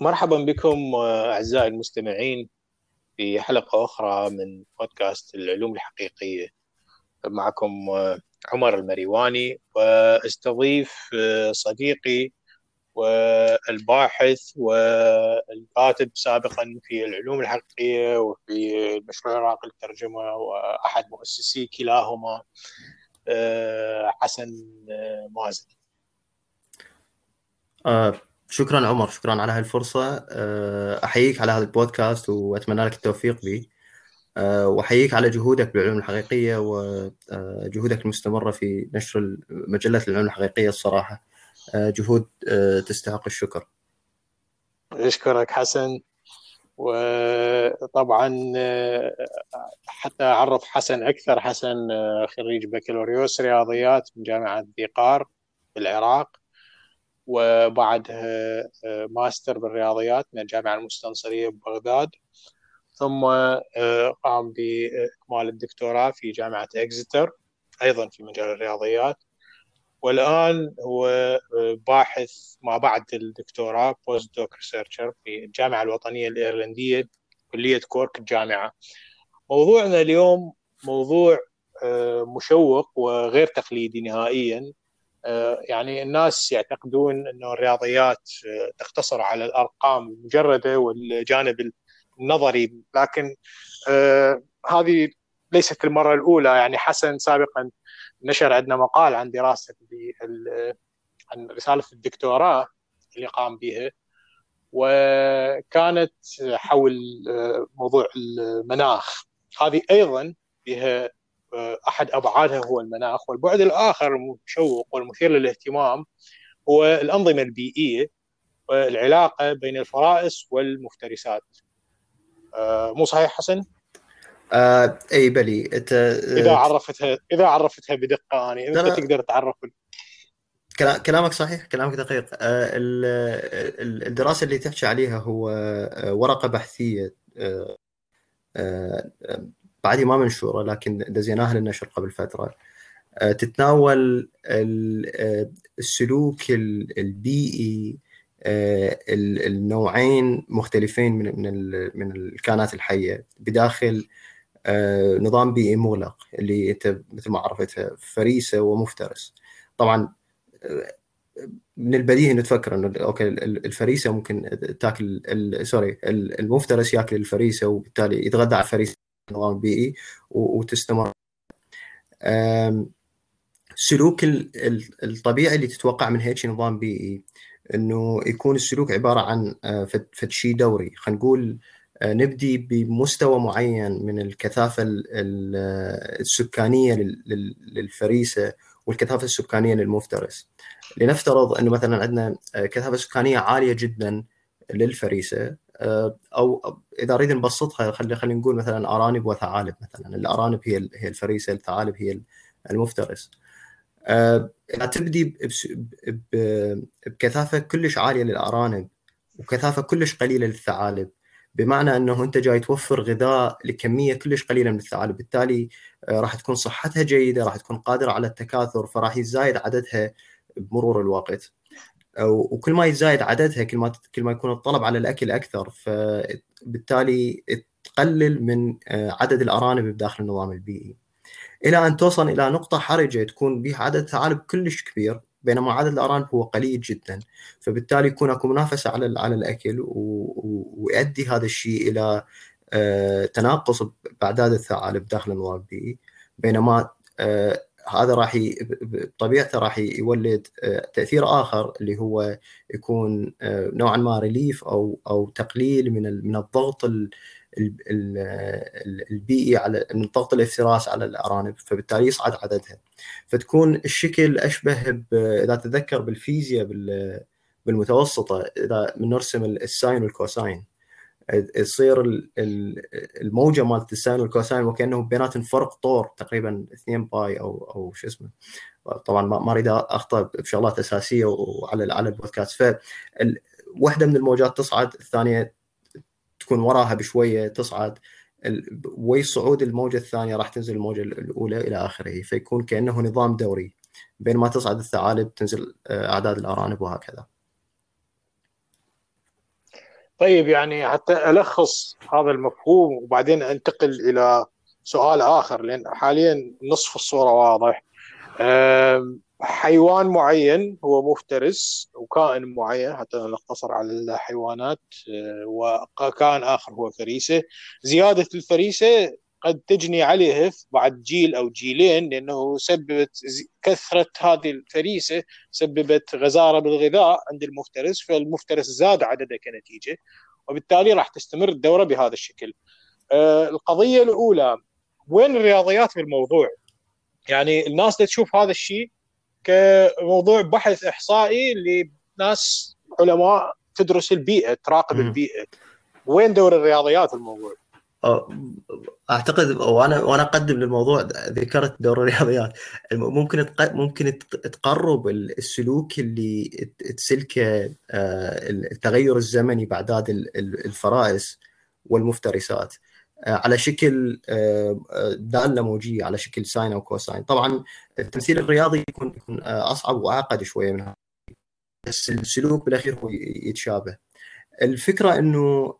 مرحبا بكم أعزائي المستمعين في حلقة أخرى من بودكاست العلوم الحقيقية. معكم عمر المريواني، واستضيف صديقي والباحث والكاتب سابقا في العلوم الحقيقية وفي المشروع العراقي للترجمة وأحد مؤسسي كلاهما، حسن مازن. شكرا عمر، شكرا على هالفرصة. أحييك على هذا البودكاست وأتمنى لك التوفيق به. وأحييك على جهودك بالعلوم الحقيقية وجهودك المستمرة في نشر مجلة العلوم الحقيقية. الصراحة جهود تستحق الشكر. أشكرك حسن. وطبعا حتى أعرف حسن أكثر، حسن خريج بكالوريوس رياضيات من جامعة ذي-قار في العراق، وبعدها ماستر بالرياضيات من الجامعة المستنصرية ببغداد، ثم قام بإكمال الدكتوراه في جامعة إكستر أيضا في مجال الرياضيات، والآن هو باحث ما بعد الدكتوراه بوست دوك ريسيرشر في الجامعة الوطنية الإيرلندية كلية كورك الجامعة. موضوعنا اليوم موضوع مشوق وغير تقليدي نهائيا. يعني الناس يعتقدون أنه الرياضيات تقتصر على الأرقام المجردة والجانب النظري، لكن هذه ليست المرة الأولى. يعني حسن سابقا نشر عندنا مقال عن دراسة عن رسالة الدكتوراه اللي قام بها، وكانت حول موضوع المناخ. هذه أيضا بها أحد أبعادها هو المناخ، والبعد الآخر المشوق والمثير للاهتمام هو الأنظمة البيئية والعلاقة بين الفرائس والمفترسات. مو صحيح حسن؟ أي بلي أنت إذا عرفتها بدقة، يعني أنت تقدر تعرف. كلامك صحيح، كلامك دقيق. الدراسة اللي تحكي عليها هو ورقة بحثية بعدي ما منشورة، لكن دزيناها للنشر قبل فترة. تتناول السلوك البيئي، النوعين مختلفين من الكائنات الحية بداخل نظام بيئي مغلق اللي انت مثل ما عرفتها فريسة ومفترس. طبعا من البديهي انه تفكر انه اوكي الفريسه ممكن تاكل المفترس ياكل الفريسه، وبالتالي يتغذى على الفريسه النظام البيئي وتستمر. السلوك الطبيعي اللي تتوقع من هيك نظام بيئي انه يكون السلوك عباره عن فد شيء دوري. خلينا نقول نبدي بمستوى معين من الكثافه السكانيه للفريسه والكثافه السكانيه للمفترس. لنفترض انه مثلا عندنا كثافه سكانيه عاليه جدا للفريسه، او اذا اريد نبسطها خلينا نقول مثلا ارانب وثعالب. مثلا الارانب هي الفريسه، الثعالب هي المفترس. لا تبدي بكثافة كلش عالية للأرانب وكثافة كلش قليلة للثعالب، بمعنى أنه أنت جاي توفر غذاء لكمية كلش قليلة من الثعالب، بالتالي راح تكون صحتها جيدة، راح تكون قادرة على التكاثر، فراح يزايد عددها بمرور الوقت. وكل ما يزايد عددها كل ما يكون الطلب على الأكل أكثر، فبالتالي تقلل من عدد الأرانب بداخل النظام البيئي، إلى أن توصل إلى نقطة حرجة تكون بها عدد ثعالب كلش كبير بينما عدد الأرانب هو قليل جدا. فبالتالي يكون اكو منافسة على الأكل، ويؤدي هذا الشيء إلى تناقص بأعداد الثعالب داخل النظام البيئي. بينما هذا بطبيعته راح يولد تأثير آخر اللي هو يكون نوعا ما ريليف أو تقليل من الضغط البيئي، على من ضغط الافتراس على الأرانب، فبالتالي يصعد عددها. فتكون الشكل أشبه إذا تذكر بالفيزياء بالمتوسطة، إذا بنرسم الساين والكوساين، يصير الموجة مالت الساين والكوساين وكأنه بيناتهم فرق طور تقريبا 2 باي أو شو اسمه. طبعا ما أريد أخطأ بشغلات أساسية وعلى البودكاست. فواحدة من الموجات تصعد، الثانية تكون وراها بشوية تصعد، ويصعود الموجة الثانية راح تنزل الموجة الأولى إلى آخره، فيكون كأنه نظام دوري، بينما تصعد الثعالب تنزل أعداد الأرانب وهكذا. طيب يعني حتى ألخص هذا المفهوم وبعدين أنتقل إلى سؤال آخر، لأن حاليا نصف الصورة واضح. حيوان معين هو مفترس، وكائن معين حتى نقتصر على الحيوانات، وكائن آخر هو فريسة. زيادة الفريسة قد تجني عليه بعد جيل أو جيلين، لأنه سببت كثرة هذه الفريسة سببت غزارة بالغذاء عند المفترس، فالمفترس زاد عدده كنتيجة، وبالتالي راح تستمر الدورة بهذا الشكل. القضية الأولى، وين الرياضيات بالموضوع؟ يعني الناس تشوف هذا الشيء كموضوع بحث إحصائي لناس علماء تدرس البيئة، تراقب البيئة. وين دور الرياضيات الموضوع؟ اعتقد وانا اقدم للموضوع ذكرت دور الرياضيات. ممكن تقرب السلوك اللي تسلكه التغير الزمني باعداد الفرائس والمفترسات على شكل دالة موجية، على شكل ساين او كوساين. طبعا التمثيل الرياضي يكون اصعب واعقد شويه من هذا، بس السلوك بالاخير هو يتشابه. الفكره انه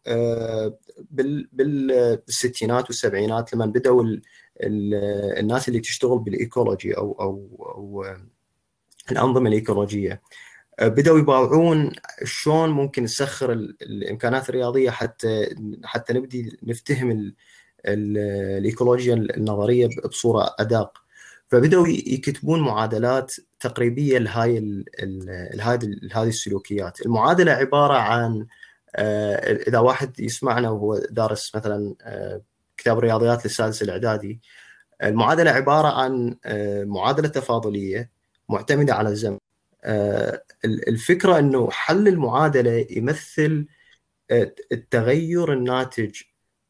بالستينات والسبعينات لما بدأوا الناس اللي تشتغل بالايكولوجي او الانظمه الايكولوجيه بدأوا يباوعون شلون ممكن نسخر الامكانات الرياضيه حتى نبدي نفتهم الايكولوجيا النظريه بصوره ادق. فبدأوا يكتبون معادلات تقريبيه لهذه السلوكيات. المعادله عباره عن إذا واحد يسمعنا وهو دارس مثلا كتاب الرياضيات للسادس الإعدادي، المعادلة عبارة عن معادلة تفاضلية معتمدة على الزمن. الفكرة أنه حل المعادلة يمثل التغير الناتج،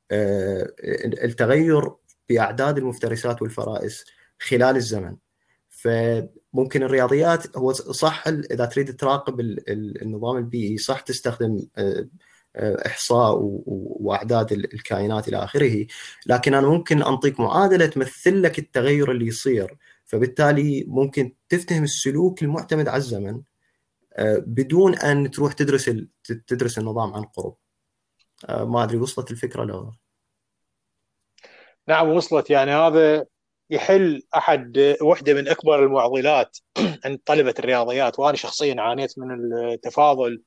التغير بأعداد المفترسات والفرائس خلال الزمن. فممكن الرياضيات هو صح إذا تريد تراقب النظام البيئي، صح تستخدم إحصاء وأعداد الكائنات إلى آخره، لكن أنا ممكن أنطيك معادلة تمثل لك التغير اللي يصير، فبالتالي ممكن تفتهم السلوك المعتمد على الزمن بدون أن تروح تدرس النظام عن قرب. ما أدري وصلت الفكرة لو؟ نعم وصلت. يعني هذا يحل واحدة من أكبر المعضلات عند طلبة الرياضيات، وأنا شخصيا عانيت من التفاضل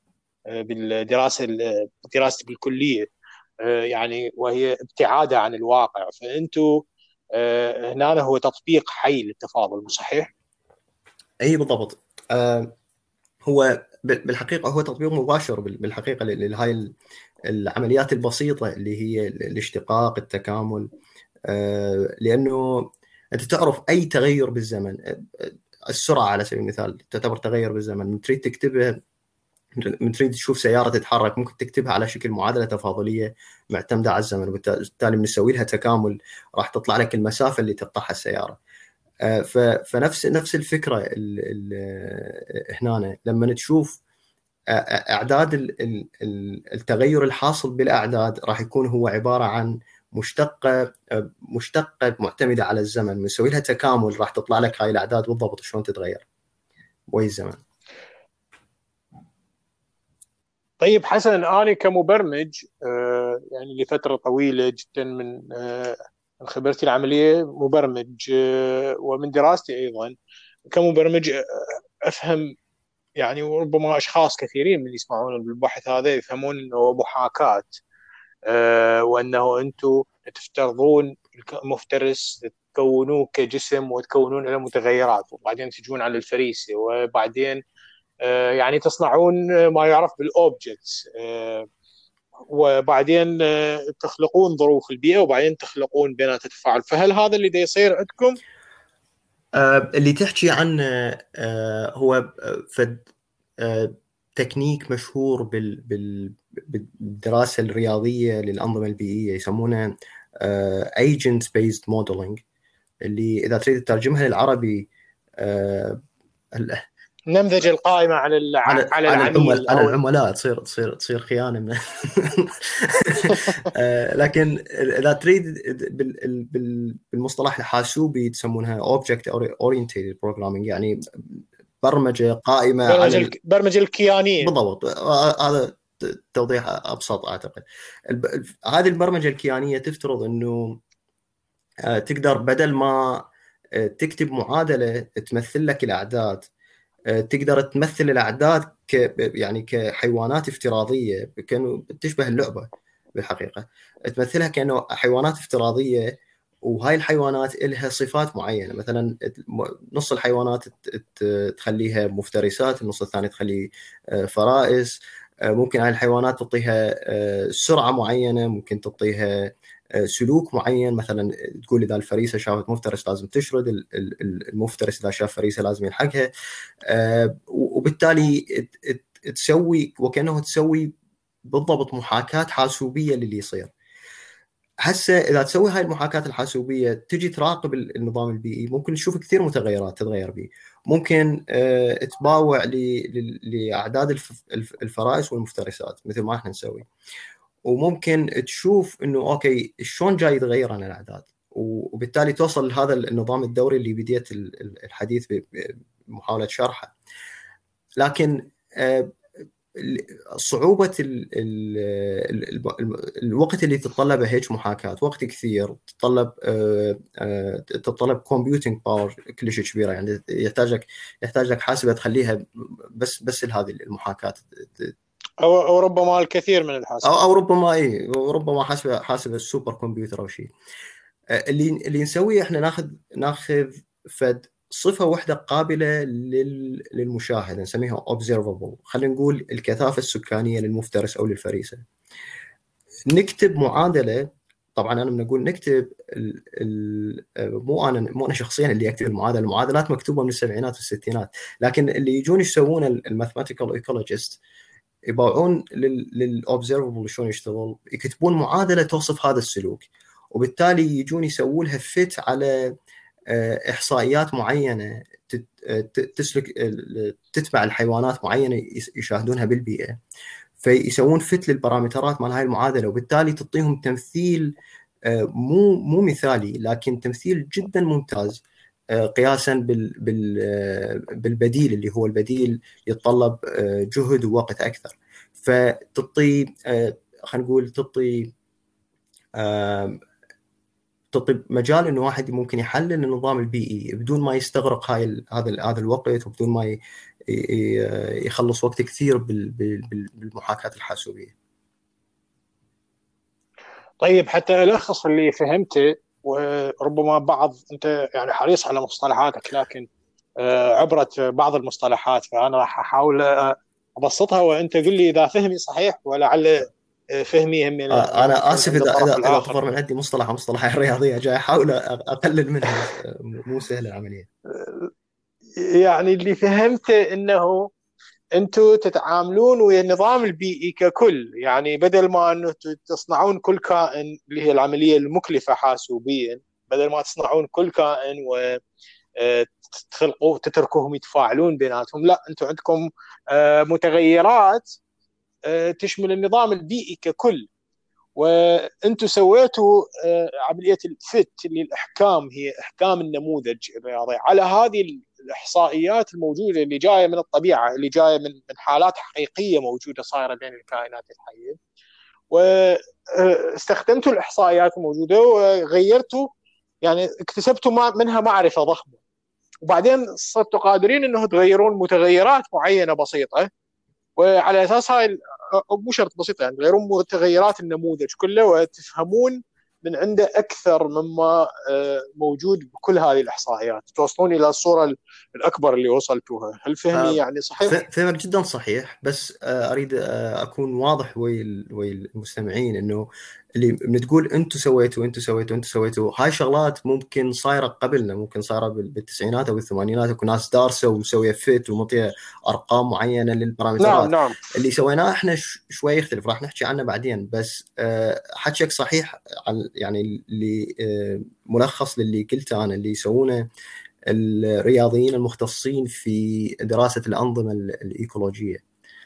دراستي بالكلية، يعني وهي ابتعادها عن الواقع. فأنتوا هنا هو تطبيق حي للتفاضل، صحيح؟ أي بالضبط. هو بالحقيقة هو تطبيق مباشر بالحقيقة لهاي العمليات البسيطة اللي هي الاشتقاق، التكامل. لأنه أنت تعرف أي تغير بالزمن، السرعة على سبيل المثال تعتبر تغير بالزمن. من تريد تكتبها، من تريد تشوف سيارة تتحرك، ممكن تكتبها على شكل معادلة تفاضلية معتمدة على الزمن، وبالتالي بنسوي لها تكامل راح تطلع لك المسافة اللي تقطعها السيارة. فنفس الفكرة هنا لما تشوف أعداد التغير الحاصل بالأعداد راح يكون هو عبارة عن مشتقة معتمدة على الزمن، بنسوي لها تكامل راح تطلع لك هاي الأعداد بالضبط شلون تتغير ويا الزمن. طيب حسن، أنا كمبرمج يعني لفترة طويلة جدا من خبرتي العملية مبرمج، ومن دراستي أيضا كمبرمج، أفهم يعني، وربما أشخاص كثيرين من اللي يسمعون بالبحث هذا يفهمون أنه محاكاة، وأنه أنتم تفترضون المفترس تكونوه كجسم وتكونون له متغيرات، وبعدين تجون على الفريسة، وبعدين يعني تصنعون ما يعرف بالأوبجكتس، وبعدين تخلقون ظروف البيئة، وبعدين تخلقون بيانات التفاعل. فهل هذا اللي دا يصير عندكم؟ اللي تحكي عنه هو فد تكنيك مشهور بالدراسة الرياضية للأنظمة البيئية، يسمونه agent based modeling، اللي إذا تريد تترجمها للعربي نمذج القائمة على العميل على العملاء. تصير خيانة من لكن إذا تريد بالمصطلح الحاسوبي تسمونها object oriented programming، يعني برمجة قائمة على برمجة الكيانية. بالضبط. هذا توضيح ابسط اعتقد. هذه البرمجه الكيانيه تفترض انه تقدر بدل ما تكتب معادله تمثل لك الاعداد، تقدر تمثل الاعداد يعني كحيوانات افتراضيه، كانوا تشبه اللعبه بالحقيقه، تمثلها كانه حيوانات افتراضيه، وهاي الحيوانات لها صفات معينه. مثلا نص الحيوانات تخليها مفترسات، النص الثاني تخليه فرائس. ممكن هاي الحيوانات تعطيها سرعه معينه، ممكن تعطيها سلوك معين. مثلا تقول اذا الفريسه شافت مفترس لازم تشرد، المفترس اذا شاف فريسه لازم يلحقها. وبالتالي تسوي وكانه تسوي بالضبط محاكاه حاسوبيه للي يصير. هسه اذا تسوي هاي المحاكاه الحاسوبيه تجي تراقب النظام البيئي، ممكن تشوف كثير متغيرات تتغير به. ممكن تباوع لاعداد الفرائس والمفترسات مثل ما احنا نسوي، وممكن تشوف انه اوكي شلون جاي يتغير عن الاعداد، وبالتالي توصل لهذا النظام الدوري اللي بديت الحديث بمحاوله شرحه. لكن صعوبة الوقت اللي تتطلبه هيك محاكاة، وقت كثير، تتطلب كومبيوتنج باور كلش كبيرة، يعني يحتاج لك حاسبة تخليها بس لهذه المحاكاة، او ربما الكثير من الحاسبات، او ربما حاسبة السوبر كمبيوتر او شيء. اللي نسويه احنا ناخذ فد صفة واحدة قابلة للمشاهدة نسميها observable، خلينا نقول الكثافة السكانية للمفترس أو للفريسة. نكتب معادلة، طبعا أنا بنقول نكتب مو أنا شخصيا اللي أكتب المعادلات مكتوبة من السبعينات والستينات، لكن اللي يجون يسوون الماثماتيكال ايكولوجيست يباوعون للobservable شلون يشتغل، يكتبون معادلة توصف هذا السلوك، وبالتالي يجون يسوون لها فت على إحصائيات معينة تتبع الحيوانات معينة يشاهدونها بالبيئة، فيسوون فت للبارامترات مال هاي المعادلة، وبالتالي تعطيهم تمثيل مو مثالي، لكن تمثيل جدا ممتاز قياسا بالبديل اللي هو البديل يتطلب جهد ووقت أكثر. فتعطي خلينا نقول تعطي مجال انه واحد ممكن يحلل النظام البيئي بدون ما يستغرق هذا الوقت، وبدون ما يخلص وقت كثير بالمحاكاة الحاسوبية. طيب حتى ألخص اللي فهمته، وربما بعض أنت يعني حريص على مصطلحاتك، لكن عبرت بعض المصطلحات، فأنا راح أحاول أبسطها وأنت قل لي إذا فهمي صحيح، ولعل فهمي هم يعني أنا يكون آسف عند الطرف إذا الآخر. طفر من عندي مصطلح الرياضية، جاي أحاول أقلل منها، مو سهلة العملية. يعني اللي فهمته أنه انتم تتعاملون ويا النظام البيئي ككل، يعني بدل ما انه تصنعون كل كائن اللي هي العمليه المكلفه حاسوبيا، بدل ما تصنعون كل كائن وتخلقوه تتركوهم يتفاعلون بيناتهم، لا انتم عندكم متغيرات تشمل النظام البيئي ككل، وانتم سويتوا عمليه الفت اللي الاحكام، هي احكام النموذج الرياضي على هذه الاحصائيات الموجوده اللي جايه من الطبيعه، اللي جايه من حالات حقيقيه موجوده صايره بين الكائنات الحيه، واستخدمتوا الاحصائيات الموجوده وغيرتوا، يعني اكتسبتوا منها معرفه ضخمه، وبعدين صرتوا قادرين انه تغيرون متغيرات معينه بسيطه، وعلى اساس هاي مو شرط بسيطه، يعني تغيرون متغيرات النموذج كله وتفهمون من عنده اكثر مما موجود بكل هذه الاحصائيات، توصلون الى الصوره الاكبر اللي وصلتوها. هل فهمي يعني صحيح؟ فهمك جدا صحيح، بس اريد اكون واضح ويا المستمعين انه اللي بنتقول انتم سويتوا هاي شغلات ممكن صايره قبلنا، ممكن صايره بالتسعينات او بالثمانينات، اكو ناس دارسه ومسويه فيت ومعطيه ارقام معينه للبارامترات. نعم. اللي سويناه احنا شوي يختلف، راح نحكي عنه بعدين، بس حكيك صحيح. يعني اللي ملخص للي قلته انا، اللي يسوونه الرياضيين المختصين في دراسة الأنظمة الإيكولوجية.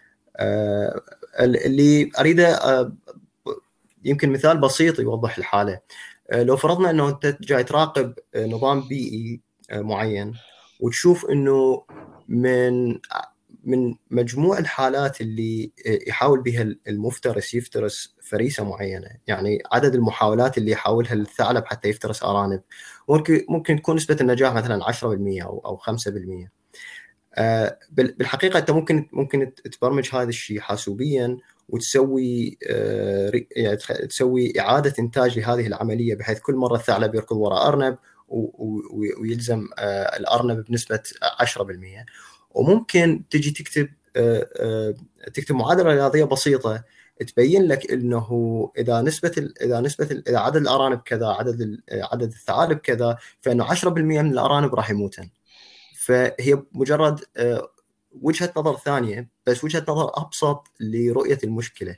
اللي أريده يمكن مثال بسيط يوضح الحالة. لو فرضنا أنه أنت جاي تراقب نظام بيئي معين، وتشوف أنه من من مجموع الحالات اللي يحاول بها المفترس يفترس فريسة معينة، يعني عدد المحاولات اللي يحاولها الثعلب حتى يفترس أرانب، ممكن تكون نسبة النجاح مثلا 10% أو 5%. بالحقيقة أنت ممكن تبرمج هذا الشيء حاسوبيا وتسوي يعني تسوي إعادة إنتاج لهذه العملية، بحيث كل مرة الثعلب يركض وراء أرنب ويلزم الأرنب بنسبة 10%. وممكن تجي تكتب معادلة رياضية بسيطة تبين لك انه اذا عدد الارانب كذا، عدد الثعالب كذا، فانه 10% من الارانب راح يموتن. فهي مجرد وجهة نظر ثانية، بس وجهة نظر أبسط لرؤية المشكلة.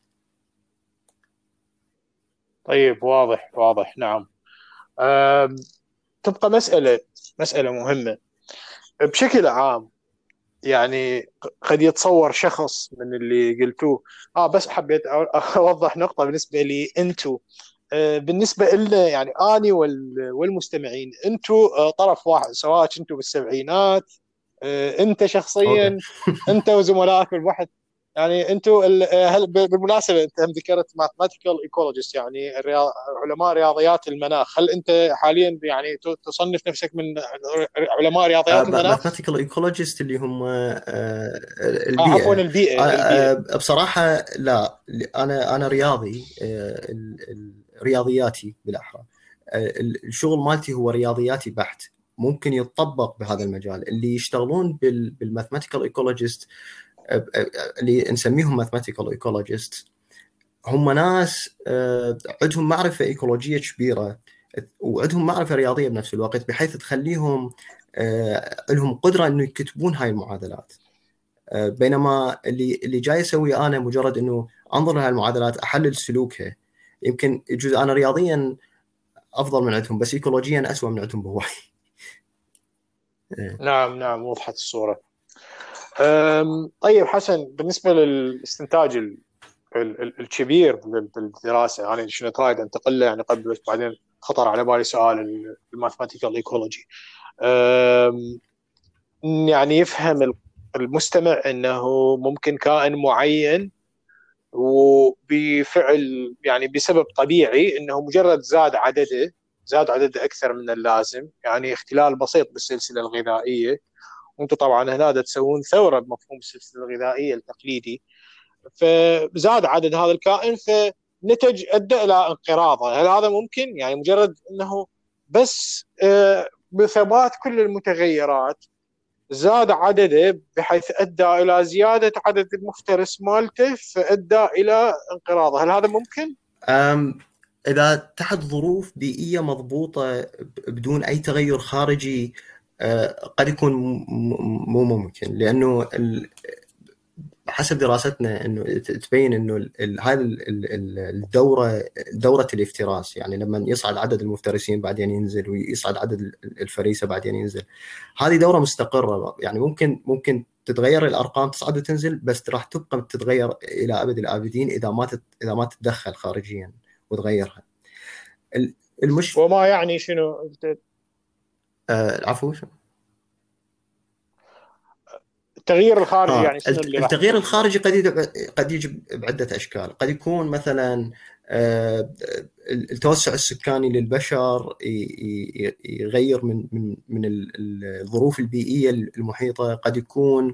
طيب، واضح واضح، نعم. تبقى مسألة مهمة بشكل عام. يعني قد يتصور شخص من اللي قلتوه. بس حبيت أوضح نقطة بالنسبة لي. أنتم بالنسبة لنا، يعني أني والمستمعين، أنتم طرف واحد، سواء كنتوا بالسبعينات، أنت أوكي. شخصيا، أنت وزملائك بالبحث. يعني أنتم هل بالمناسبة أنت هم ذكرت ماثماتيكال ايكولوجيست، يعني علماء رياضيات المناخ. هل أنت حاليا يعني تصنف نفسك من علماء رياضيات المناخ؟ ماثماتيكال ايكولوجيست اللي هم عفوا، البيئة. البيئة. بصراحة لا، أنا رياضي، رياضياتي بالأحرى. الشغل مالتي هو رياضياتي بحت، ممكن يتطبق بهذا المجال. اللي يشتغلون بالماثماتيكال ايكولوجيست اللي نسميهم ماثماتيكال ايكولوجيست هم ناس عندهم معرفة إيكولوجية كبيرة، وعندهم معرفة رياضية بنفس الوقت، بحيث تخليهم لهم قدرة إنه يكتبون هاي المعادلات. بينما اللي جاي أسويه أنا مجرد إنه أنظر لهاي المعادلات، أحلل سلوكها. يمكن يجوز أنا رياضيا أفضل من عندهم، بس إيكولوجيا أسوأ من عندهم بهواي. نعم نعم، وضحت الصورة. طيب حسن، بالنسبة للاستنتاج الكبير بالدراسة، أنا شنو ترايد أنتقل له يعني قبل، بس بعدين خطر على بالي سؤال الماثماتيكال ايكولوجي. يعني يفهم المستمع أنه ممكن كائن معين، وبفعل يعني بسبب طبيعي انه مجرد زاد عدده اكثر من اللازم، يعني اختلال بسيط بالسلسله الغذائيه. وانتم طبعا هنا تسوون ثوره بمفهوم السلسله الغذائيه التقليدي. فزاد عدد هذا الكائن، فنتج ادى الى انقراضه. هل هذا ممكن؟ يعني مجرد انه بس بثبات كل المتغيرات زاد عدده، بحيث ادى الى زياده عدد المفترس مالته، فادى الى انقراضه. هل هذا ممكن؟ إذا تحت ظروف بيئية مضبوطة بدون أي تغير خارجي قد يكون مو ممكن، لأنه حسب دراستنا انه تبين انه هذه دوره الافتراس، يعني لما يصعد عدد المفترسين بعدين ينزل، ويصعد عدد الفريسه بعدين ينزل، هذه دوره مستقره. يعني ممكن تتغير الارقام، تصعد وتنزل، بس راح تبقى تتغير الى ابد الابدين اذا ما تتدخل خارجيا وتغيرها. المش وما يعني شنو؟ عفوا. التغيير الخارجي يعني شنو اللي راح التغيير يكون؟ الخارجي قد يجي بعدة أشكال. قد يكون مثلا التوسع السكاني للبشر يغير من الظروف البيئية المحيطة. قد يكون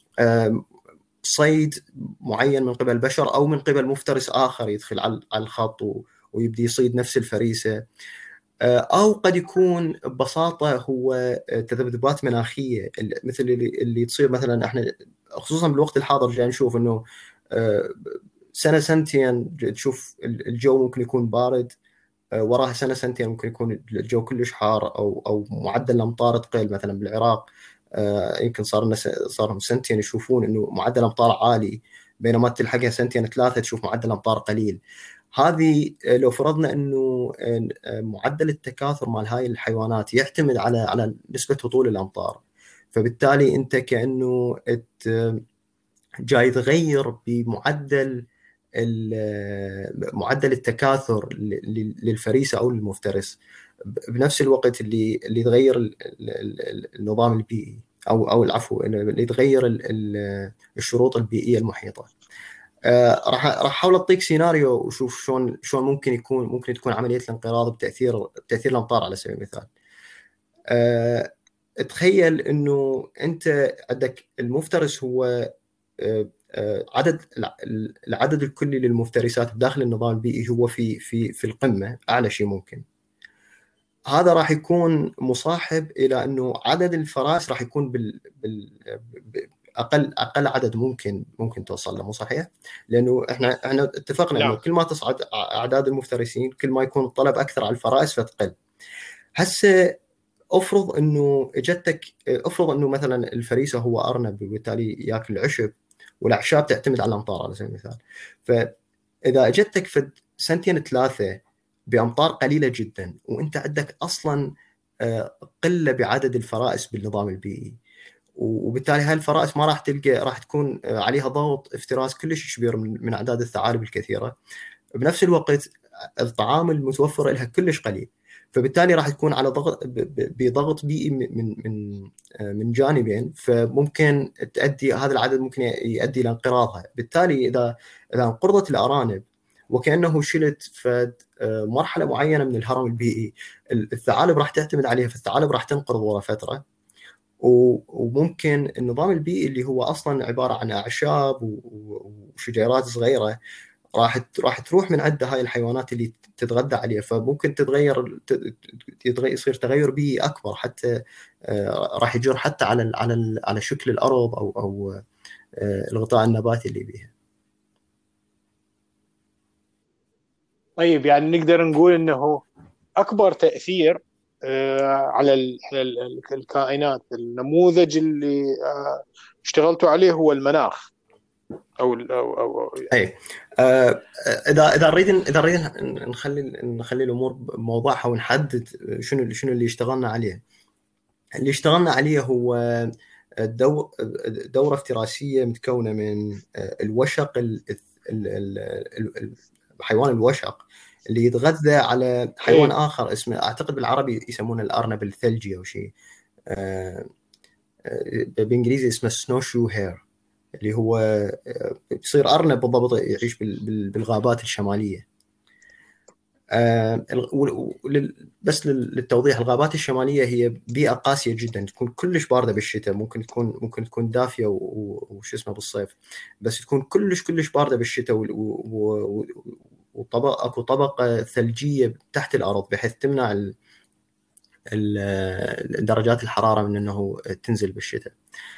صيد معين من قبل البشر، أو من قبل مفترس آخر يدخل على الخط ويبدي يصيد نفس الفريسة. أو قد يكون ببساطة هو تذبذبات مناخية، مثل اللي تصير مثلا احنا خصوصا بالوقت الحاضر جاي نشوف انه سنة سنتين تشوف الجو ممكن يكون بارد، وراها سنة سنتين ممكن يكون الجو كلش حار، او معدل الامطار تقل. مثلا بالعراق يمكن صار لهم سنتين يشوفون انه معدل الامطار عالي، بينما تلحقها سنتين ثلاثة تشوف معدل الامطار قليل. هذه لو فرضنا انه معدل التكاثر مال هاي الحيوانات يعتمد على نسبة هطول الامطار، فبالتالي انت كأنه جاي تغير بمعدل معدل التكاثر للفريسة او المفترس، بنفس الوقت اللي تغير النظام البيئي. او العفو اللي تغير الشروط البيئيه المحيطه. راح احاول اعطيك سيناريو وشوف شلون ممكن تكون عمليه الانقراض بتاثير الامطار على سبيل المثال. تخيل انه انت عندك المفترس هو العدد الكلي للمفترسات بداخل النظام البيئي هو في القمه، اعلى شيء ممكن. هذا راح يكون مصاحب الى انه عدد الفرائس راح يكون اقل عدد ممكن توصل له، مو صحيح؟ لانه احنا اتفقنا انه كل ما تصعد اعداد المفترسين كل ما يكون الطلب اكثر على الفرائس فتقل. هسه افرض انه مثلا الفريسه هو ارنب وبالتالي ياكل العشب، والاعشاب تعتمد على الامطار على سبيل المثال. فاذا اجتك في سنتين ثلاثه بامطار قليله جدا وانت عندك اصلا قله بعدد الفرائس بالنظام البيئي، وبالتالي هاي الفرائس ما راح تكون عليها ضغط افتراس كلش كبير من اعداد الثعالب الكثيره. بنفس الوقت الطعام المتوفر لها كلش قليل، فبالتالي راح تكون على بضغط بيئي من جانبين، فممكن هذا العدد ممكن يؤدي الى انقراضها. بالتالي اذا انقرضت الارانب وكانه شلت مرحله معينه من الهرم البيئي، الثعالب راح تعتمد عليها، فالثعالب راح تنقرض ورا فتره، وممكن النظام البيئي اللي هو اصلا عباره عن اعشاب وشجيرات صغيره راح تروح من عنده هاي الحيوانات اللي تتغذى عليها، فممكن يصير تغير بيئي اكبر، حتى راح يجر حتى على شكل الارض او الغطاء النباتي اللي بيها. طيب يعني نقدر نقول انه اكبر تاثير على الكائنات، النموذج اللي اشتغلتوا عليه هو المناخ او اي. اذا نريد نخلي الامور بموضوعها ونحدد شنو اللي اشتغلنا عليه. اللي اشتغلنا عليه هو دورة افتراسية متكونة من الوشق، حيوان الوشق اللي يتغذى على حيوان آخر اسمه، أعتقد بالعربي يسمونه الأرنب الثلجي أو شيء، بالإنجليزي اسمه سنو شو هير، اللي هو بيصير أرنب بالضبط، يعيش بالغابات الشمالية. بس للتوضيح، الغابات الشماليه هي بيئه قاسيه جدا، تكون كلش بارده بالشتاء، ممكن تكون دافيه وش اسمه بالصيف، بس تكون كلش بارده بالشتاء، اكو طبقه ثلجيه تحت الارض بحيث تمنع درجات الحراره من انه تنزل بالشتاء.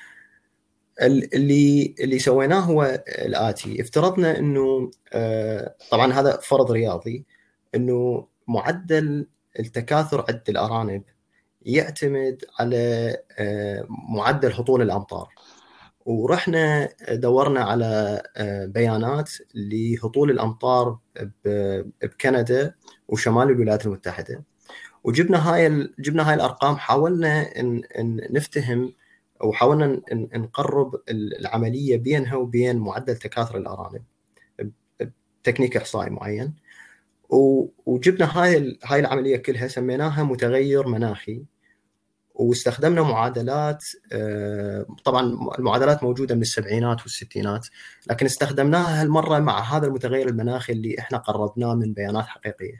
اللي سويناه هو الاتي: افترضنا انه طبعا هذا فرض رياضي، انه معدل التكاثر عند الارانب يعتمد على معدل هطول الامطار، ورحنا دورنا على بيانات لهطول الامطار بكندا وشمال الولايات المتحده، وجبنا هاي الارقام، حاولنا نفتهم وحاولنا نقرب العمليه بينها وبين معدل تكاثر الارانب بتكنيك احصائي معين، وجبنا هاي العمليه كلها سميناها متغير مناخي، واستخدمنا معادلات. طبعا المعادلات موجوده من السبعينات والستينات، لكن استخدمناها هالمره مع هذا المتغير المناخي اللي احنا قربناه من بيانات حقيقيه،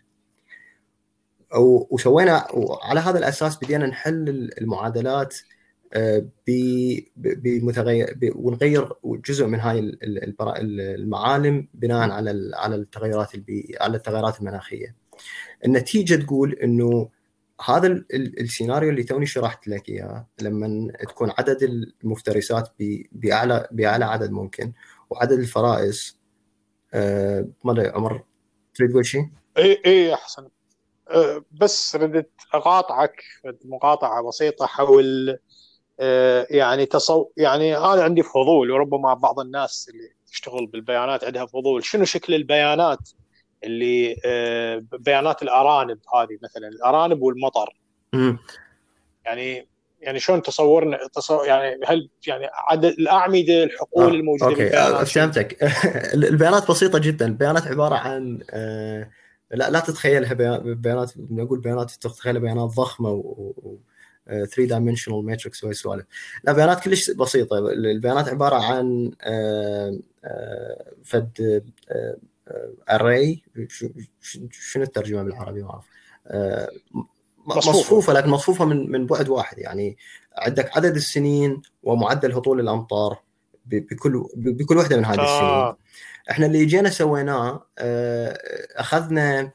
وسوينا على هذا الاساس بدينا نحل المعادلات بمتغير، ونغير جزء من هاي المعالم بناء على التغيرات البيئيه، على التغيرات المناخيه. النتيجه تقول انه هذا السيناريو اللي توني شرحت لك اياه، لما تكون عدد المفترسات باعلى عدد ممكن، وعدد الفرائس ماذا عمر تريد تقول شيء؟ اي احسن. بس ردت اقاطعك مقاطعه بسيطه حول يعني يعني انا عندي فضول، وربما بعض الناس اللي تشتغل بالبيانات عندها فضول، شنو شكل البيانات اللي بيانات الارانب هذه، مثلا الارانب والمطر. يعني شلون يعني هل يعني عدد الاعمده، الحقول الموجوده بالبيانات؟ فهمتك. البيانات بسيطه جدا، البيانات عباره عن لا تتخيلها بيانات، نقول بيانات تتخيلها بيانات ضخمه 3 dimensional matrix وهي السوالف. لا، بيانات كلش بسيطه. البيانات عباره عن فد array. شنو الترجمه بالعربي؟ ما اعرف. مصفوفه، لكن مصفوفه من بعد واحد. يعني عندك عدد السنين ومعدل هطول الامطار بكل وحده من هذه السنين. احنا اللي جينا سويناه اخذنا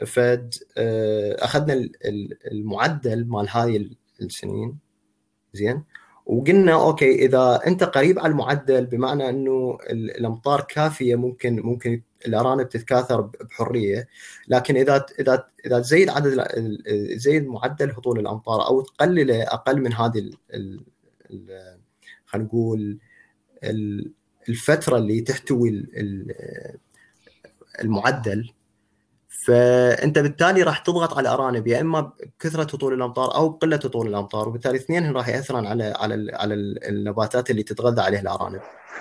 المعدل مال هاي السنين، زين، وقلنا اوكي اذا انت قريب على المعدل بمعنى انه الامطار كافيه، ممكن الارانب تتكاثر بحريه. لكن اذا تزيد زيد معدل هطول الامطار او تقلله اقل من هذه خلينا نقول الفتره اللي تحتوي المعدل، فانت بالتالي راح تضغط على الارانب يا اما بكثره هطول الامطار او بقله هطول الامطار، وبالتالي اثنين راح ياثرون على النباتات اللي تتغذى عليها الارانب.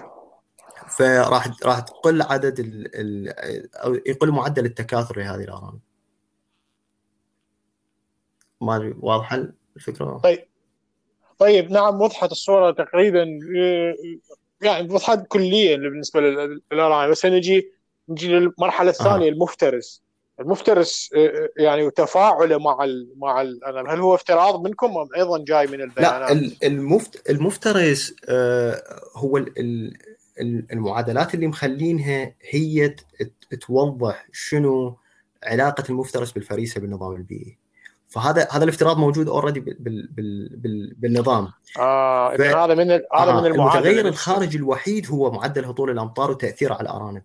فراح تقل عدد او يقل معدل التكاثر لهذه الارانب. ما واضحه الفكره؟ طيب نعم، وضحت الصوره تقريبا، يعني وضحت كليا بالنسبه للارانب. بس نجي للمرحله الثانيه. المفترس يعني تفاعله مع الارانب، هل هو افتراض منكم ام ايضا جاي من البيانات؟ لا، المفترس هو المعادلات اللي مخلينها هي توضح شنو علاقه المفترس بالفريسه بالنظام البيئي. فهذا الافتراض موجود اوريدي بالنظام. اذا هذا من المعادله. المتغير الخارجي الوحيد هو معدل هطول الامطار وتاثيره على الارانب.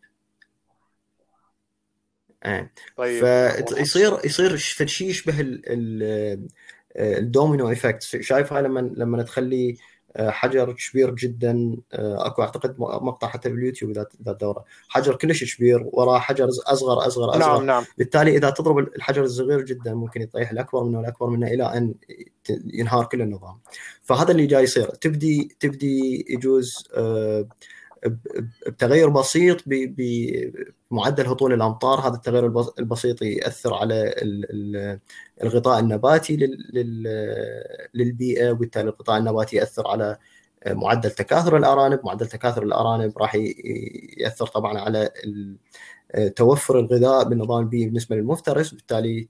طيب، فيصير شيء يشبه الدومينو افكت. شايف هاي لما تخلي حجر كبير جدا، اكو اعتقد مقطع حتى باليوتيوب اذا تدوره، حجر كلش كبير وراه حجر اصغر اصغر اصغر. نعم. بالتالي اذا تضرب الحجر الصغير جدا ممكن يطيح الاكبر منه والاكبر منه الى ان ينهار كل النظام. فهذا اللي جاي يصير. تبدي يجوز بتغير بسيط بمعدل هطول الامطار. هذا التغير البسيط ياثر على الغطاء النباتي للبيئه، وبالتالي الغطاء النباتي ياثر على معدل تكاثر الارانب. معدل تكاثر الارانب راح ياثر طبعا على توفر الغذاء بالنظام البيئي بالنسبه للمفترس، بالتالي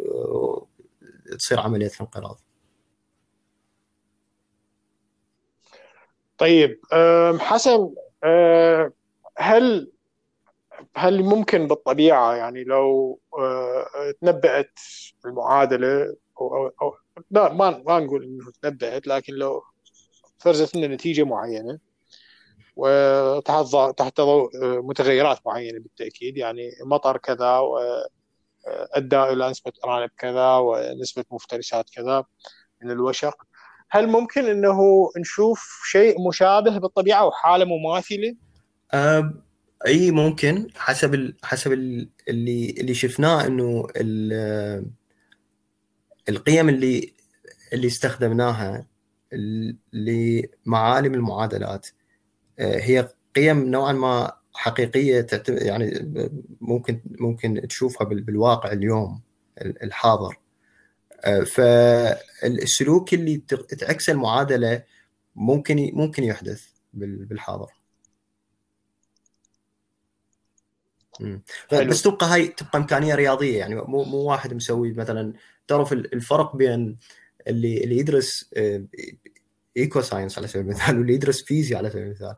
تصير عمليه الانقراض. طيب حسن، هل ممكن بالطبيعة، يعني لو تنبأت المعادلة أو لا، ما نقول إنه تنبأت، لكن لو فرزت لنا نتيجة معينة وتحت ضوء متغيرات معينة بالتأكيد، يعني مطر كذا وأدى إلى نسبة أرانب كذا ونسبة مفترسات كذا من الوشق، هل ممكن أنه نشوف شيء مشابه بالطبيعة وحالة مماثلة؟ اي ممكن، حسب اللي شفناه، انه القيم اللي استخدمناها لمعالم المعادلات هي قيم نوعا ما حقيقيه، يعني ممكن تشوفها بالواقع اليوم الحاضر. فالسلوك اللي تعكس المعادله ممكن يحدث بالحاضر. بس تبقى امكانيه رياضيه، يعني مو واحد مسوي مثلا. تعرف الفرق بين اللي يدرس ايكو ساينس على سبيل المثال واللي يدرس فيزياء على سبيل المثال.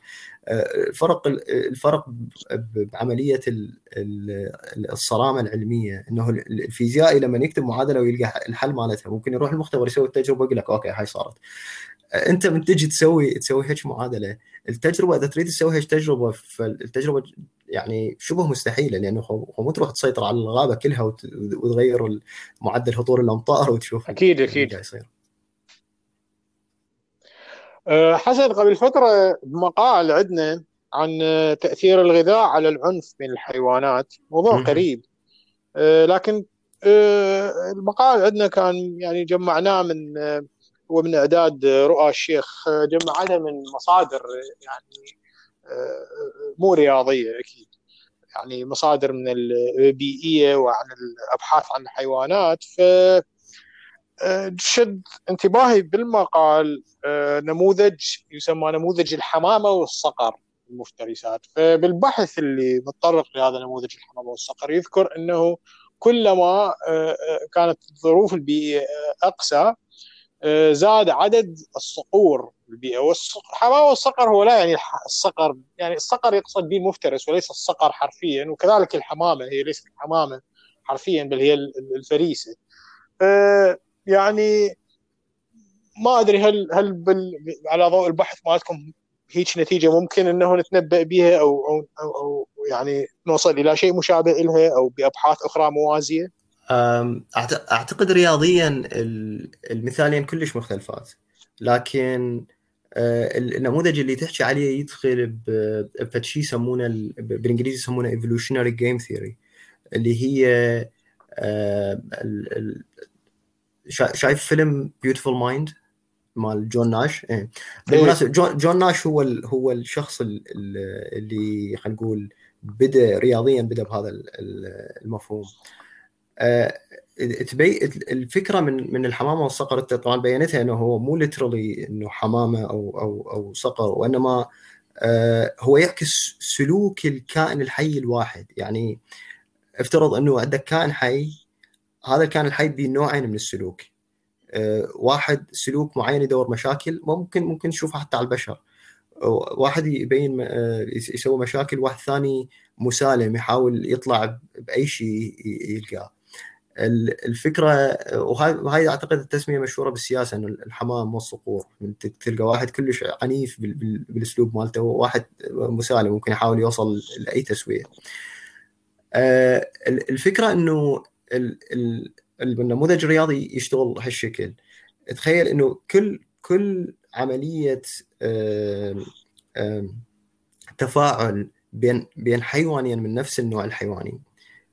الفرق بعمليه الصرامه العلميه، انه الفيزيائي لما يكتب معادله ويلقى الحل مالتها ممكن يروح المختبر يسوي التجربه ويقول لك اوكي هاي صارت. انت من تجي تسوي هيك معادله، التجربه اذا تريد تسوي هيك تجربه، فالتجربه يعني شبه مستحيله، لانه هو مو تروح تسيطر على الغابه كلها وتغير معدل هطول الامطار وتشوف اكيد اللي قاعد يصير. حسن، قبل فتره بمقال عندنا عن تاثير الغذاء على العنف بين الحيوانات، موضوع قريب، لكن المقال عندنا كان يعني جمعناه من اعداد رؤى الشيخ، جمعناه من مصادر يعني مو رياضيه اكيد، يعني مصادر من البيئيه وعن الابحاث عن الحيوانات. ف شد انتباهي بالمقال نموذج يسمى نموذج الحمامة والصقر المفترسات. فبالبحث اللي متطرق لهذا نموذج الحمامة والصقر يذكر أنه كلما كانت الظروف البيئية أقسى زاد عدد الصقور البيئة. والحمامة والصقر هو لا يعني الصقر، يعني الصقر يقصد به المفترس وليس الصقر حرفيا، وكذلك الحمامة هي ليست الحمامة حرفيا بل هي الفريسة. يعني ما ادري هل على ضوء البحث مالتكم هيك نتيجه ممكن انه نتنبأ بها أو يعني نوصل الى شيء مشابه لها او بابحاث اخرى موازيه؟ اعتقد رياضيا المثالين كلش مختلفات، لكن النموذج اللي تحكي عليه يدخل بشيء يسمونه بالانجليزي يسمونه evolutionary game theory، اللي هي شايف فيلم بيوتيفول مايند مال جون ناش؟ بالمناسبه جون ناش هو الشخص اللي خلينا نقول بدا رياضيا بدا بهذا المفهوم. الفكره من الحمامه والصقر طبعا بينتها انه هو مو ليترالي انه حمامه او صقر، وانما هو يعكس سلوك الكائن الحي الواحد. يعني افترض انه عندك كائن حي، هذا الكائن الحي بنوعين من السلوك. واحد سلوك معين يدور مشاكل، ممكن نشوفها حتى على البشر. واحد يبين يسوي مشاكل، واحد ثاني مسالم يحاول يطلع بأي شيء يلقاه. الفكرة وهاي أعتقد التسمية مشهورة بالسياسة، أنه الحمام والصقور، تلقى واحد كلش عنيف بالأسلوب مالته، وواحد مسالم ممكن يحاول يوصل لأي تسوية. الفكرة أنه النموذج الرياضي يشتغل هالشكل. تخيل انه كل عمليه تفاعل بين حيوانين من نفس النوع الحيواني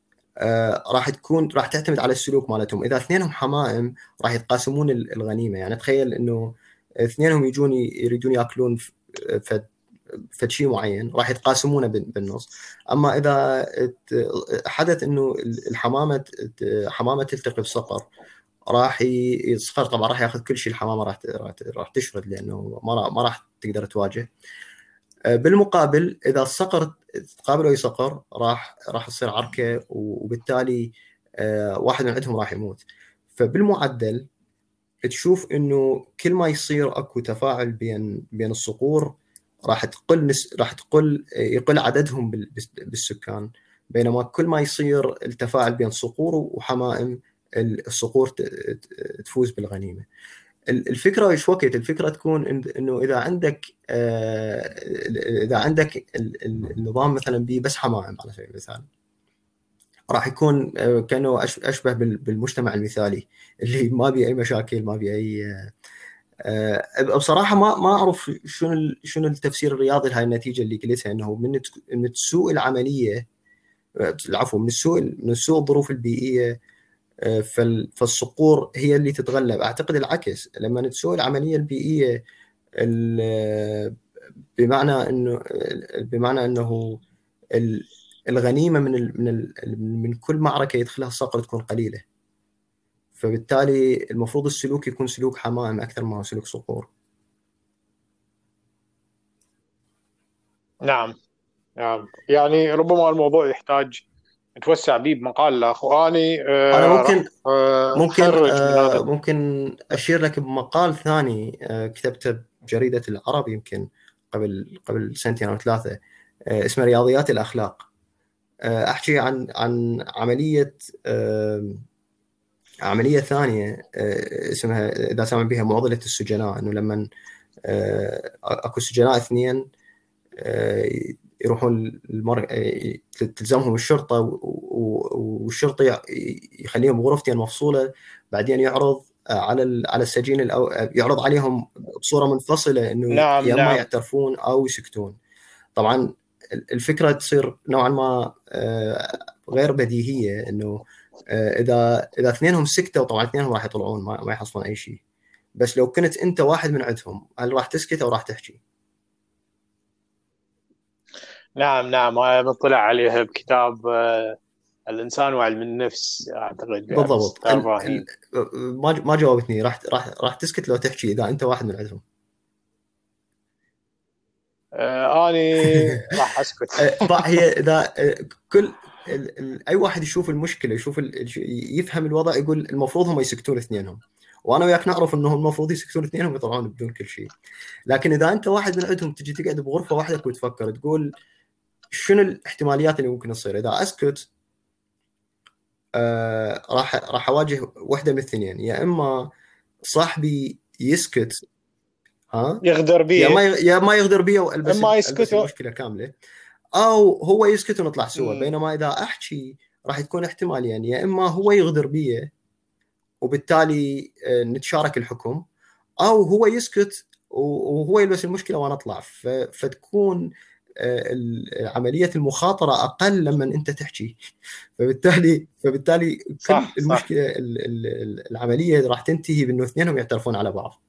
راح تعتمد على السلوك مالتهم. اذا اثنينهم حمائم راح يتقاسمون الغنيمه. يعني تخيل انه اثنينهم يريدون ياكلون فد شيء معين، راح يتقاسمونه بالنص. اما اذا حدث انه حمامه تلتقي بصقر، الصقر طبعا راح ياخذ كل شيء، الحمامه راح تشرد لانه ما راح تقدر تواجه. بالمقابل اذا الصقر تقابله اي صقر راح تصير عركه، وبالتالي واحد من عندهم راح يموت. فبالمعدل تشوف انه كل ما يصير اكو تفاعل بين الصقور راح يقل عددهم بالسكان، بينما كل ما يصير التفاعل بين صقور وحمائم الصقور تفوز بالغنيمه. الفكره ايش وقت الفكره تكون انه اذا عندك النظام مثلا بس حمائم على سبيل المثال، راح يكون كانه اشبه بالمجتمع المثالي اللي ما بي اي مشاكل، ما بي اي بصراحه ما اعرف شنو التفسير الرياضي لهاي النتيجه اللي قلتها، انه من سوء العمليه، العفو، من سوء الظروف البيئيه فالصقور هي اللي تتغلب. اعتقد العكس، لما تسوي العمليه البيئيه بمعنى انه الغنيمه من كل معركه يدخلها الصقر تكون قليله، فبالتالي المفروض السلوك يكون سلوك حمائم اكثر ما هو سلوك صقور. نعم يعني ربما الموضوع يحتاج نتوسع به بمقال اخواني. انا ممكن اشير لك بمقال ثاني كتبته بجريده العرب يمكن قبل سنتين او ثلاثه، اسمه رياضيات الاخلاق. احكي عن عمليه ثانيه اسمها، اذا سمع بها، معضله السجناء. انه لما اكو سجناء اثنين يروحون تلزمهم الشرطه، والشرطه يخليهم بغرفتين مفصوله، بعدين يعرض على السجين يعرض عليهم بصوره منفصله انه يا اما يعترفون او يسكتون. طبعا الفكره تصير نوعا ما غير بديهيه، انه اذا اثنينهم سكتوا طبعا اثنينهم راح يطلعون ما يحصلون اي شيء. بس لو كنت انت واحد من عندهم، هل راح تسكت او راح تحكي؟ نعم مطلع عليها بكتاب الإنسان وعلم النفس أعتقد بالضبط. مستر إبراهيم. ما جاوبتني. راح تسكت لو تحكي إذا أنت واحد من عندهم. أني راح أسكت. هي إذا كل أي واحد يشوف المشكلة، يفهم الوضع، يقول المفروض هم يسكتون اثنينهم، وأنا وياك نعرف أنهم المفروض يسكتون اثنينهم ويطلعون بدون كل شيء. لكن إذا أنت واحد من عندهم تجي تقعد بغرفة وحدك وتفكر، تقول شنو الاحتماليات اللي ممكن تصير إذا أسكت. راح أواجه واحدة من الاثنين، يا إما صاحبي يسكت، يغدر بي، يا ما يغدر بي والبس اما يسكت المشكله كامله، او هو يسكت ونطلع سوا. بينما اذا احكي راح تكون احتمالين، يعني يا اما هو يغدر بي وبالتالي نتشارك الحكم، او هو يسكت وهو يلبس المشكله وانا اطلع. فتكون عمليه المخاطره اقل لما انت تحكي. فبالتالي كل المشكله العمليه راح تنتهي بانه اثنينهم يعترفون على بعض.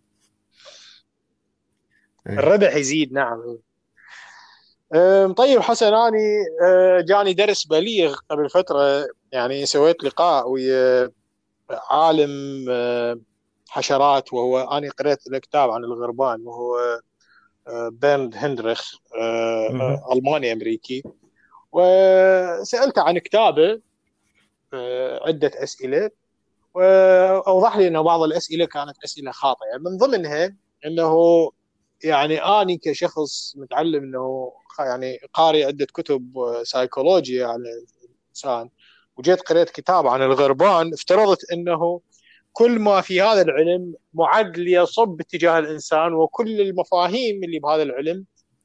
الربح يزيد. نعم. طيب حسن، أنا جاني درس بليغ قبل فترة، يعني سويت لقاء ويا عالم حشرات، وهو أنا قرأت له كتاب عن الغربان، وهو بيرند هندريخ، ألماني أمريكي. وسألته عن كتابه عدة أسئلة، وأوضح لي أن بعض الأسئلة كانت أسئلة خاطئة، من ضمنها أنه يعني أنا كشخص متعلم أنه يعني قارئ عدة كتب سايكولوجيا عن الإنسان، وجيت قرأت كتاب عن الغربان، افترضت أنه كل ما في هذا العلم معد ليصب اتجاه الإنسان، وكل المفاهيم اللي بهذا العلم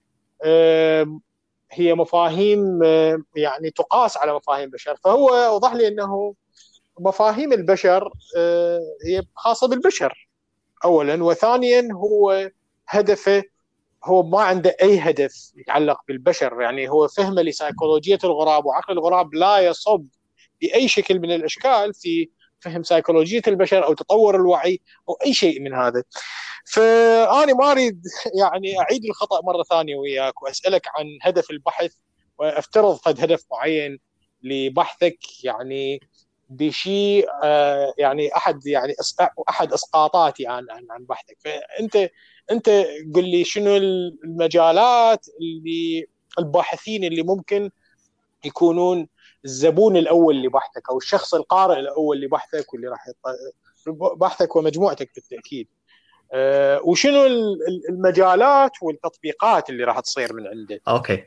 هي مفاهيم يعني تقاس على مفاهيم البشر. فهو وضح لي أنه مفاهيم البشر هي خاصة بالبشر أولا، وثانيا هو هدفه، هو ما عنده أي هدف يتعلق بالبشر. يعني هو فهمه لسيكولوجية الغراب وعقل الغراب لا يصب بأي شكل من الأشكال في فهم سيكولوجية البشر أو تطور الوعي أو أي شيء من هذا. فأنا ما أريد يعني أعيد الخطأ مرة ثانية وياك وأسألك عن هدف البحث، وأفترض قد هدف معين لبحثك، يعني بشيء يعني احد اسقاطاتي عن بحثك. فانت قل لي شنو المجالات اللي الباحثين اللي ممكن يكونون الزبون الاول لبحثك، او الشخص القارئ الاول لبحثك، واللي راح بحثك ومجموعتك بالتاكيد. وشنو المجالات والتطبيقات اللي راح تصير من عنده. اوكي.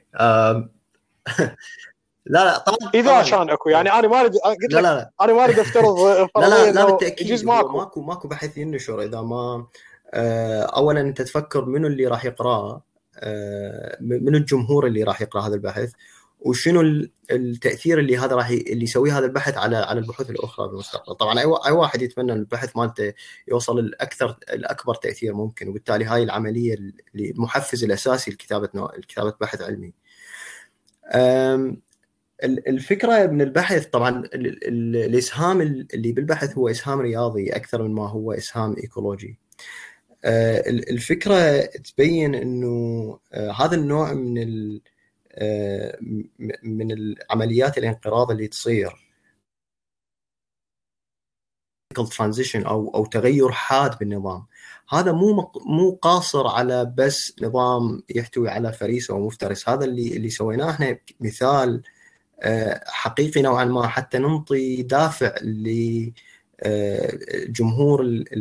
لا طبعا اذا كان اكو، يعني انا ما اريد قلت لك انا ما اريد افترض فرضيه لا انه بالتاكيد يجوز ماكو بحث ينشر اذا ما اولا انت تفكر منو اللي راح يقراه، منو الجمهور اللي راح يقرا هذا البحث، وشنو التاثير اللي هذا اللي يسويه هذا البحث على البحوث الاخرى بالمستقبل. طبعا اي واحد يتمنى ان البحث مالته يوصل الاكبر تاثير ممكن، وبالتالي هاي العمليه اللي المحفز الاساسي لكتابه بحث علمي. الفكرة من البحث طبعا الإسهام اللي بالبحث هو إسهام رياضي أكثر من ما هو إسهام إيكولوجي. الفكرة تبين أنه هذا النوع من العمليات الانقراض اللي تصير ترانزيشن أو تغير حاد بالنظام، هذا مو قاصر على بس نظام يحتوي على فريسة ومفترس. هذا اللي سويناه احنا مثال حقيقي نوعا ما، حتى ننطي دافع لجمهور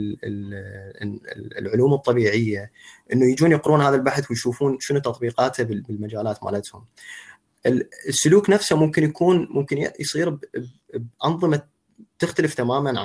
العلوم الطبيعية انه يجون يقرون هذا البحث ويشوفون شنو تطبيقاته بالمجالات مالتهم. السلوك نفسه ممكن يصير بأنظمة تختلف تماما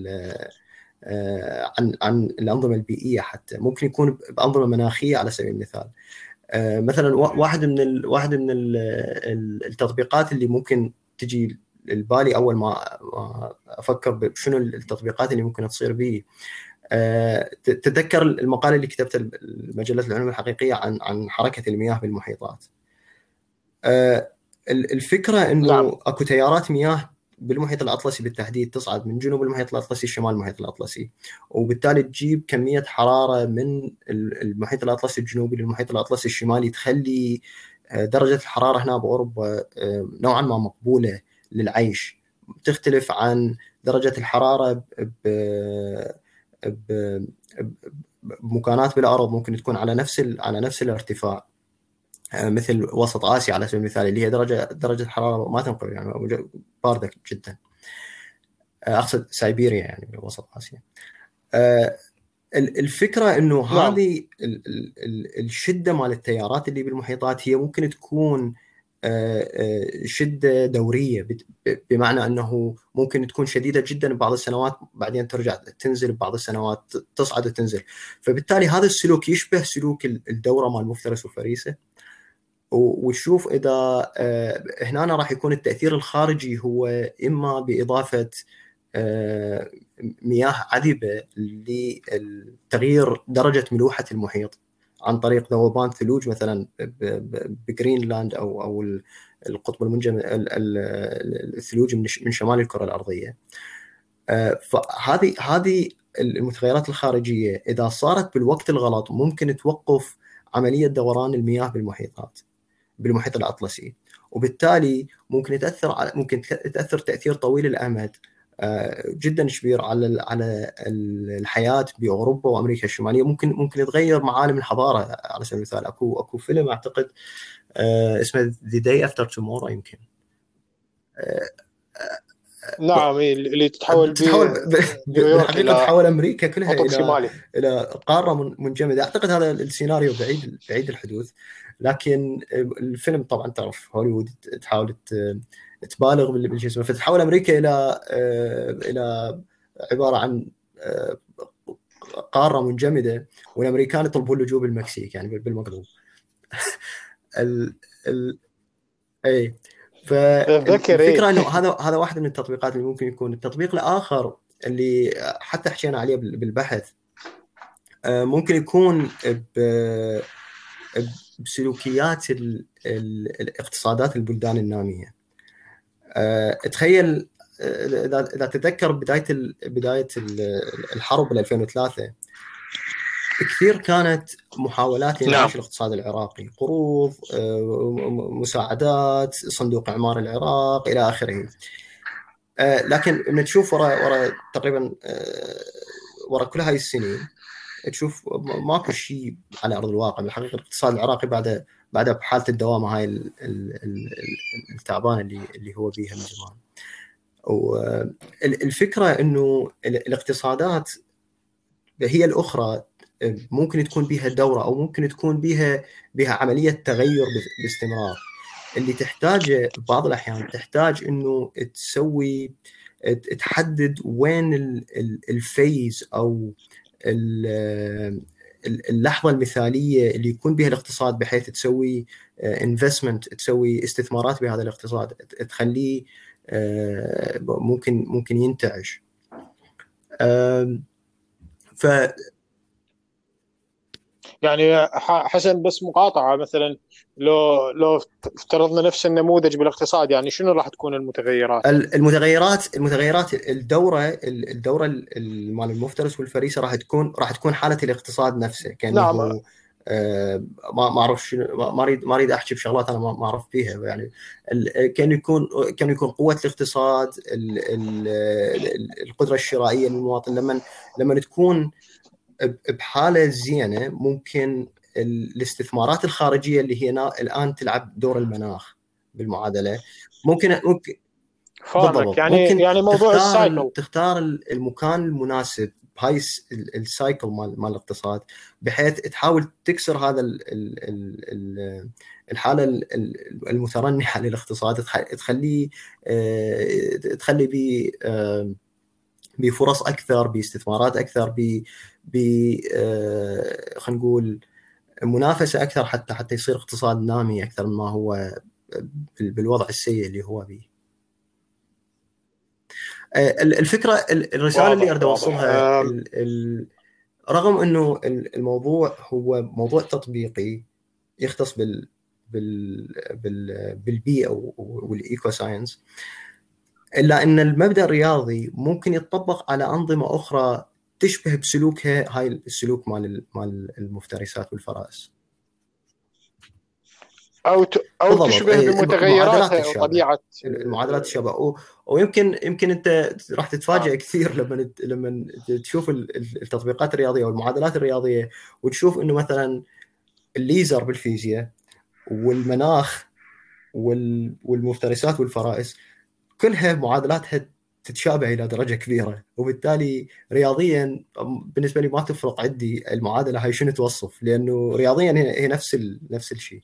عن الأنظمة البيئية، حتى ممكن يكون بأنظمة مناخية على سبيل المثال. مثلا واحد من التطبيقات اللي ممكن تجي البالي اول ما افكر بشنو التطبيقات اللي ممكن تصير به. تتذكر المقال اللي كتبته بمجله العلوم الحقيقيه عن حركه المياه بالمحيطات. الفكره انه اكو تيارات مياه بالمحيط الأطلسي بالتحديد تصعد من جنوب المحيط الأطلسي شمال المحيط الأطلسي، وبالتالي تجيب كمية حرارة من المحيط الأطلسي الجنوبي للمحيط الأطلسي الشمالي، تخلي درجة الحرارة هنا بأوروبا نوعا ما مقبولة للعيش. تختلف عن درجة الحرارة بمكانات بالأرض ممكن تكون على نفس الارتفاع، مثل وسط آسيا على سبيل المثال، اللي هي درجة الحرارة ما تنقل يعني باردة جدا. أقصد سيبيريا يعني وسط آسيا. الفكرة إنه نعم. هذه الشدة مال التيارات اللي بالمحيطات هي ممكن تكون شدة دورية، بمعنى أنه ممكن تكون شديدة جدا ببعض السنوات، بعدين ترجع تنزل ببعض السنوات، تصعد وتنزل. فبالتالي هذا السلوك يشبه سلوك الدورة مال المفترس والفريسة. وتشوف إذا هنا راح يكون التأثير الخارجي هو إما بإضافة مياه عذبة لتغيير درجة ملوحة المحيط عن طريق ذوبان ثلوج مثلا بجرينلاند أو القطب المنجمد، الثلوج من شمال الكرة الأرضية. فهذه المتغيرات الخارجية إذا صارت بالوقت الغلط ممكن توقف عملية دوران المياه بالمحيط الأطلسي، وبالتالي ممكن تأثر تأثير طويل الأمد جدا كبير على الحياة بأوروبا وأمريكا الشمالية. ممكن يتغير معالم الحضارة. على سبيل المثال أكو فيلم أعتقد اسمه The Day After Tomorrow يمكن. نعم، اللي تتحول نيويورك بالحقيقة إلى تحول أمريكا كلها قطب شمالي. إلى قارة منجمدة. أعتقد هذا السيناريو بعيد الحدوث، لكن الفيلم طبعا تعرف هوليوود تحاول تبالغ بالجسم، فتتحول أمريكا إلى عبارة عن قارة منجمدة، والأمريكان يطلبون اللجوء بالمكسيك يعني بالمقلوب. أي فالفكرة أنه هذا واحد من التطبيقات اللي ممكن يكون. التطبيق الآخر اللي حتى حكينا عليه بالبحث ممكن يكون بسلوكيات الاقتصادات البلدان النامية. تخيل إذا تتذكر بداية الحرب 2003 كثير كانت محاولات لإنعاش الاقتصاد العراقي، قروض، مساعدات، صندوق إعمار العراق إلى آخره. لكن لما تشوف ورا تقريبا ورا كل هاي السنين تشوف ماكو شيء على أرض الواقع. بالحقيقة الاقتصاد العراقي بعد بحالة الدوامة هاي التعبانة اللي هو بيها من زمان. والفكرة إنه الاقتصادات هي الأخرى ممكن تكون بها دورة، أو ممكن تكون بها عملية تغير باستمرار، اللي تحتاجه بعض الأحيان تحتاج إنه تحدد وين الفيز أو اللحظة المثالية اللي يكون بها الاقتصاد، بحيث تسوي investment، تسوي استثمارات بهذا الاقتصاد تخليه ممكن ينتعش. ف يعني حسن، بس مقاطعة، مثلا لو افترضنا نفس النموذج بالاقتصاد، يعني شنو راح تكون المتغيرات؟ المتغيرات الدورة مال المفترس والفريسة راح تكون حالة الاقتصاد نفسه، كأنه نعم. ما اعرف شنو، ما اريد احكي بشغلات انا ما اعرف فيها يعني. كان يكون قوه الاقتصاد، القدره الشرائيه للمواطن. لما تكون بحاله زينه ممكن الاستثمارات الخارجيه اللي هي الان تلعب دور المناخ بالمعادله. ممكن بالضبط. يعني موضوع السايكل، تختار المكان المناسب بهاي السايكل مال الاقتصاد، بحيث تحاول تكسر هذا الحاله المترنحه للاقتصاد، تخلي بفرص اكثر، باستثمارات اكثر، خلينا نقول منافسه اكثر، حتى يصير اقتصاد نامي اكثر مما هو بالوضع السيء اللي هو به. الفكره، الرساله اللي اريد اوصلها، رغم انه الموضوع هو موضوع تطبيقي يختص بالبيئه والايكو ساينس، الا ان المبدا الرياضي ممكن يتطبق على انظمه اخرى تشبه بسلوكها هاي السلوك مال المفترسات والفرائس. او بالضبط، تشبه المعادلات بمتغيراتها او تتشابه، طبيعه. المعادلات تتشابه، ويمكن انت راح نعم. تتفاجئ كثير لما تشوف التطبيقات الرياضيه والمعادلات الرياضيه، وتشوف انه مثلا الليزر بالفيزياء والمناخ والمفترسات والفرائس كلها معادلاتها تتشابه الى درجه كبيره، وبالتالي رياضيا بالنسبه لي ما تفرق عندي المعادله هاي شنو توصف، لانه رياضيا هي نفس الشيء.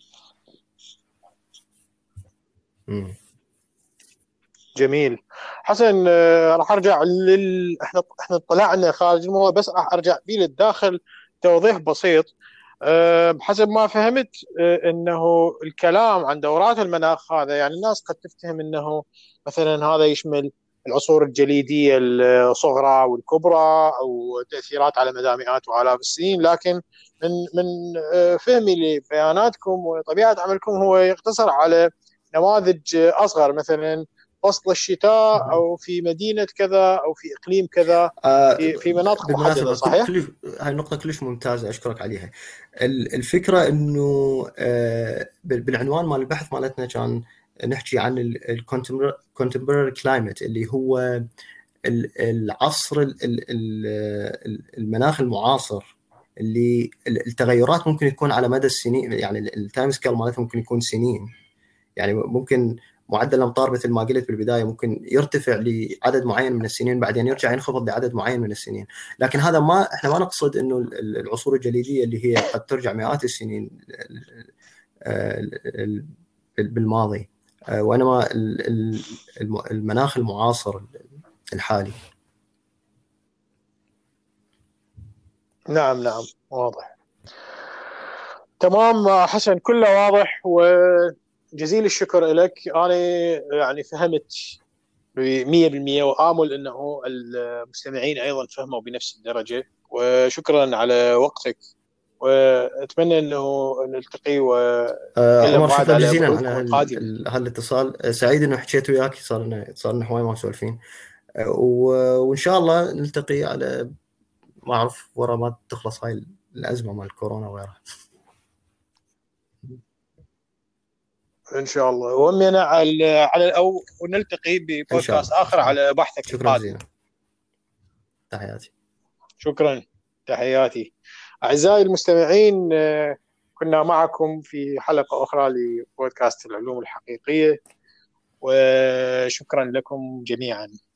جميل. حسن، راح ارجع احنا طلعنا خارج الموضوع، بس راح ارجع بيه للداخل توضيح بسيط. بحسب ما فهمت، انه الكلام عن دورات المناخ هذا، يعني الناس قد تفتهم انه مثلا هذا يشمل العصور الجليديه الصغرى والكبرى، او تاثيرات على مدى مئات والاف السنين، لكن من فهمي لبياناتكم وطبيعه عملكم هو يقتصر على نماذج اصغر، مثلا فصل الشتاء، او في مدينه كذا، او في اقليم كذا، في مناطق محدده، بالمناسبة صحيح؟ هاي النقطة كلش ممتازة، أشكرك عليها. الفكرة إنه بالعنوان مال البحث مالتنا كان نحكي عن ال contemporary climate، اللي هو العصر المناخ المعاصر، اللي التغيرات ممكن تكون على مدى السنين، يعني التايم سكيل مالتها ممكن يكون سنين. يعني ممكن معدل الامطار مثل ما قلت بالبدايه ممكن يرتفع لعدد معين من السنين، بعدين يرجع ينخفض لعدد معين من السنين. لكن هذا احنا ما نقصد انه العصور الجليديه اللي هي قد ترجع مئات السنين بالماضي، وانما المناخ المعاصر الحالي. نعم، نعم، واضح. تمام حسن، كله واضح، وجزيل الشكر لك. أنا يعني فهمت 100%، وآمل أنه المستمعين أيضا فهموا بنفس الدرجة. وشكرا على وقتك، وأتمنى أنه نلتقي ونتكلم عمر، بعد شكرا على جزيلا على بحوثكم القادمة. هالاتصال. سعيد انه حكيت وياك، صار لنا هواي ما مسولفين. وان شاء الله نلتقي على ما اعرف ورا ما تخلص هاي الازمه مال الكورونا وغيرها. إن شاء الله، وأمنا أو نلتقي ان شاء ببودكاست الله ان آخر شاء الله. على بحثك شكرا القادم. جزيلا. تحياتي. شكرا. تحياتي. أعزائي المستمعين، كنا معكم في حلقة أخرى لبودكاست العلوم الحقيقية، وشكرا لكم جميعا.